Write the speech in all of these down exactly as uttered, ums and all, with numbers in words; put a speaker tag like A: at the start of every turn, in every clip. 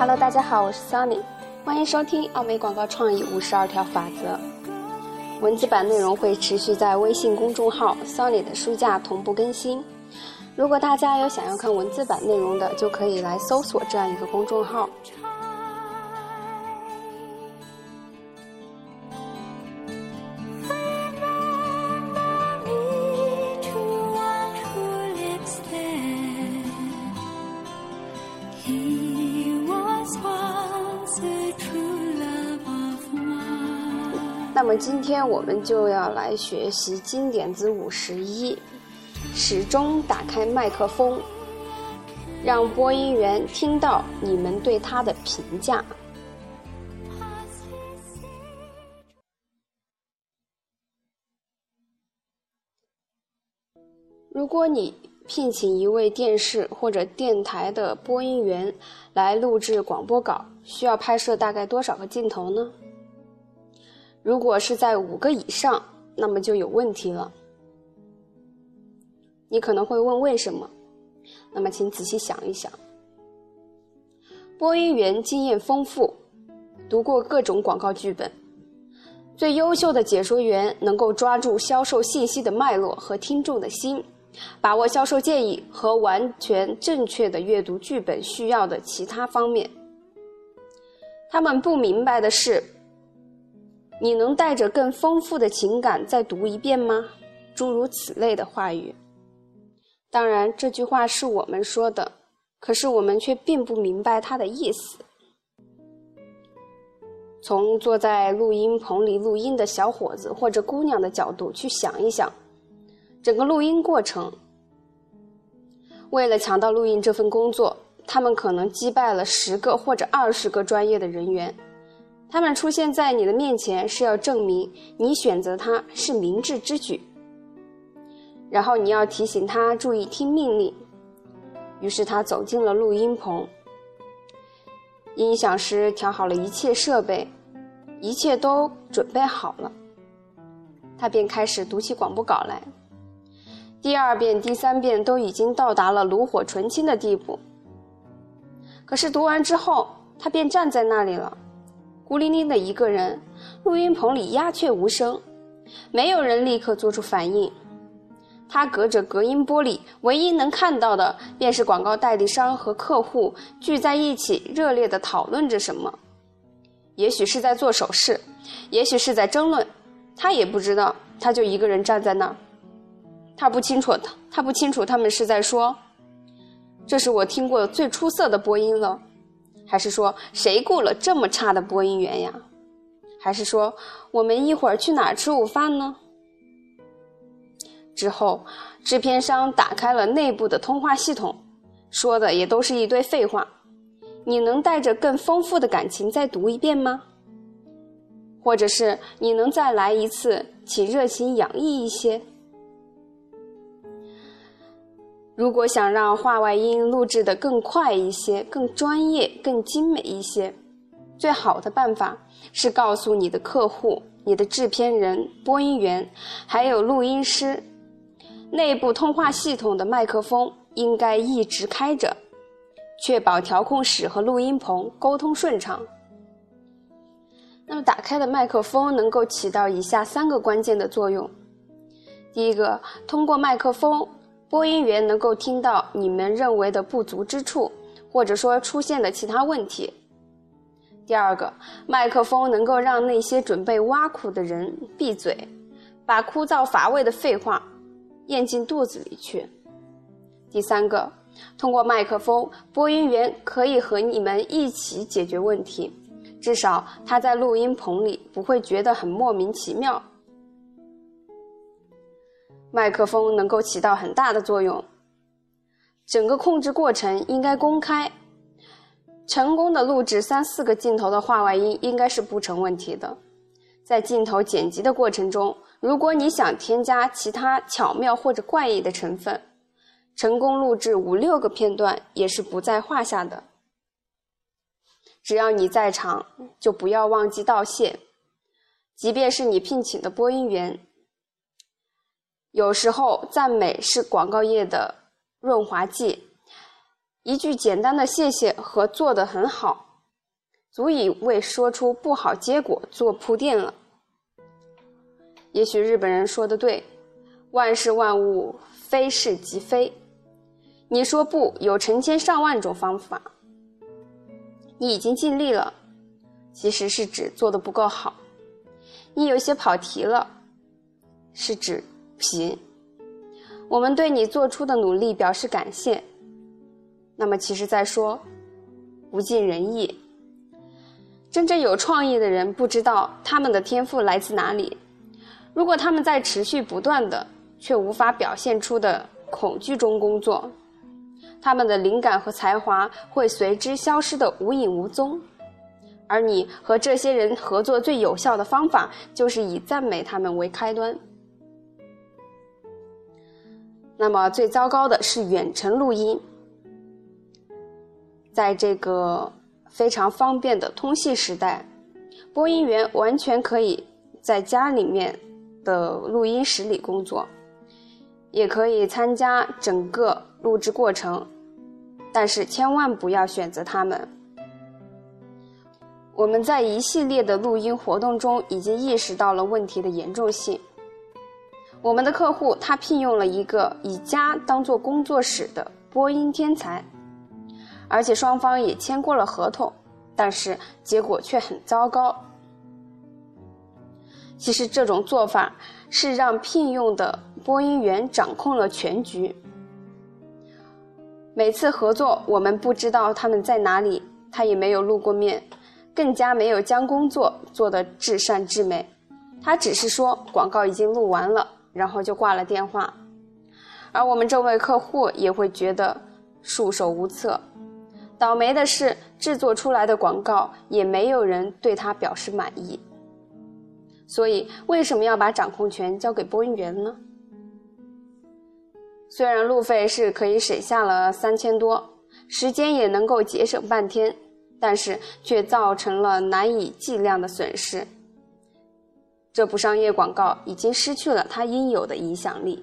A: Hello， 大家好，我是 Sunny， 欢迎收听奥美广告创意五十二条法则。文字版内容会持续在微信公众号 Sunny 的书架同步更新。如果大家有想要看文字版内容的，就可以来搜索这样一个公众号。那么今天我们就要来学习经典之五十一，始终打开麦克风，让播音员听到你们对他的评价。如果你聘请一位电视或者电台的播音员来录制广播稿，需要拍摄大概多少个镜头呢？如果是在五个以上，那么就有问题了。你可能会问为什么？那么请仔细想一想。播音员经验丰富，读过各种广告剧本，最优秀的解说员能够抓住销售信息的脉络和听众的心，把握销售建议和完全正确的阅读剧本需要的其他方面。他们不明白的是，你能带着更丰富的情感再读一遍吗？诸如此类的话语。当然，这句话是我们说的，可是我们却并不明白它的意思。从坐在录音棚里录音的小伙子或者姑娘的角度去想一想，整个录音过程。为了抢到录音这份工作，他们可能击败了十个或者二十个专业的人员。他们出现在你的面前是要证明你选择他是明智之举，然后你要提醒他注意听命令。于是他走进了录音棚，音响师调好了一切设备，一切都准备好了，他便开始读起广播稿来。第二遍、第三遍都已经到达了炉火纯青的地步，可是读完之后，他便站在那里了，孤零零的一个人，录音棚里鸦雀无声，没有人立刻做出反应。他隔着隔音玻璃，唯一能看到的便是广告代理商和客户聚在一起热烈地讨论着什么，也许是在做手势，也许是在争论，他也不知道，他就一个人站在那儿。他不清楚他不清楚他们是在说，这是我听过最出色的播音了，还是说谁雇了这么差的播音员呀？还是说我们一会儿去哪儿吃午饭呢？之后制片商打开了内部的通话系统，说的也都是一堆废话。你能带着更丰富的感情再读一遍吗？或者是你能再来一次，请热情洋溢一些？如果想让话外音录制得更快一些，更专业，更精美一些，最好的办法是告诉你的客户、你的制片人、播音员还有录音师，内部通话系统的麦克风应该一直开着，确保调控室和录音棚沟通顺畅。那么打开的麦克风能够起到以下三个关键的作用。第一个，通过麦克风，播音员能够听到你们认为的不足之处，或者说出现的其他问题。第二个，麦克风能够让那些准备挖苦的人闭嘴，把枯燥乏味的废话咽进肚子里去。第三个，通过麦克风，播音员可以和你们一起解决问题，至少他在录音棚里不会觉得很莫名其妙。麦克风能够起到很大的作用，整个控制过程应该公开。成功的录制三四个镜头的话外音应该是不成问题的。在镜头剪辑的过程中，如果你想添加其他巧妙或者怪异的成分，成功录制五六个片段也是不在话下的。只要你在场，就不要忘记道谢，即便是你聘请的播音员。有时候赞美是广告业的润滑剂，一句简单的谢谢和做得很好足以为说出不好结果做铺垫了。也许日本人说得对，万事万物非是即非，你说不有成千上万种方法，你已经尽力了，其实是指做得不够好，你有些跑题了，是指不行，我们对你做出的努力表示感谢，那么其实在说不尽人意。真正有创意的人不知道他们的天赋来自哪里，如果他们在持续不断的却无法表现出的恐惧中工作，他们的灵感和才华会随之消失得无影无踪。而你和这些人合作最有效的方法，就是以赞美他们为开端。那么最糟糕的是远程录音。在这个非常方便的通信时代，播音员完全可以在家里面的录音室里工作，也可以参加整个录制过程，但是千万不要选择他们。我们在一系列的录音活动中已经意识到了问题的严重性。我们的客户他聘用了一个以家当作工作室的播音天才，而且双方也签过了合同，但是结果却很糟糕。其实这种做法是让聘用的播音员掌控了全局。每次合作，我们不知道他们在哪里，他也没有露过面，更加没有将工作做得至善至美。他只是说广告已经录完了，然后就挂了电话。而我们这位客户也会觉得束手无策。倒霉的是，制作出来的广告也没有人对他表示满意。所以为什么要把掌控权交给播音员呢？虽然路费是可以省下了三千多，时间也能够节省半天，但是却造成了难以计量的损失。这部商业广告已经失去了它应有的影响力。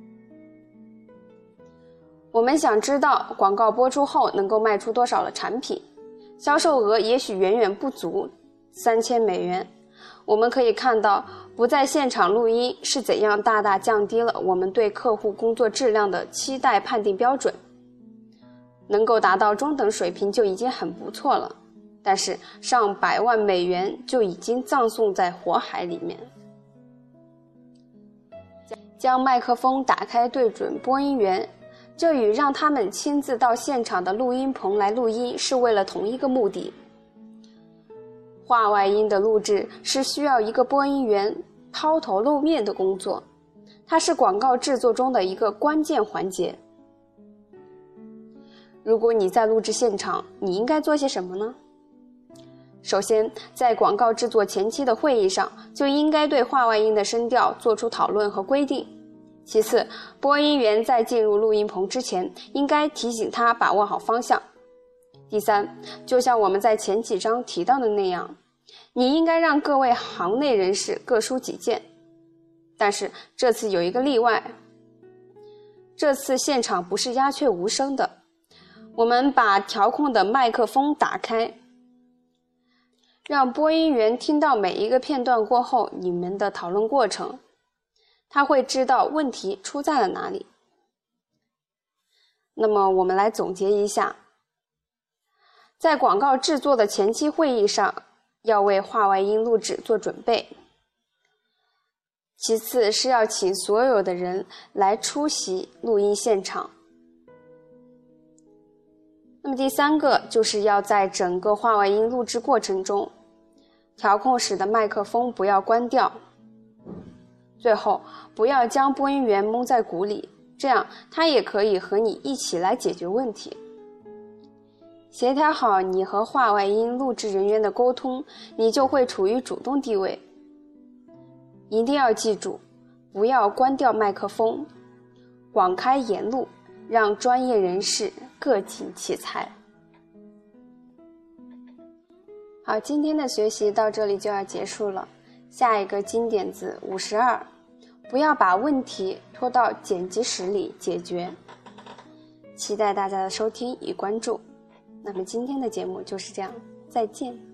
A: 我们想知道广告播出后能够卖出多少的产品，销售额也许远远不足三千美元。我们可以看到，不在现场录音是怎样大大降低了我们对客户工作质量的期待判定标准。能够达到中等水平就已经很不错了，但是上百万美元就已经葬送在火海里面。将麦克风打开对准播音员，这与让他们亲自到现场的录音棚来录音是为了同一个目的。话外音的录制是需要一个播音员抛头露面的工作，它是广告制作中的一个关键环节。如果你在录制现场，你应该做些什么呢？首先，在广告制作前期的会议上，就应该对话外音的声调做出讨论和规定。其次，播音员在进入录音棚之前，应该提醒他把握好方向。第三，就像我们在前几章提到的那样，你应该让各位行内人士各抒己见。但是这次有一个例外，这次现场不是鸦雀无声的，我们把调控的麦克风打开，让播音员听到每一个片段过后你们的讨论过程，他会知道问题出在了哪里。那么我们来总结一下，在广告制作的前期会议上，要为话外音录制做准备。其次是要请所有的人来出席录音现场。那么第三个就是要在整个话外音录制过程中，调控室的麦克风不要关掉。最后，不要将播音员蒙在鼓里，这样他也可以和你一起来解决问题。协调好你和话外音录制人员的沟通，你就会处于主动地位。一定要记住，不要关掉麦克风，广开言路，让专业人士各尽其才。好，今天的学习到这里就要结束了。下一个金点子五十二，不要把问题拖到剪辑室里解决。期待大家的收听与关注。那么今天的节目就是这样，再见。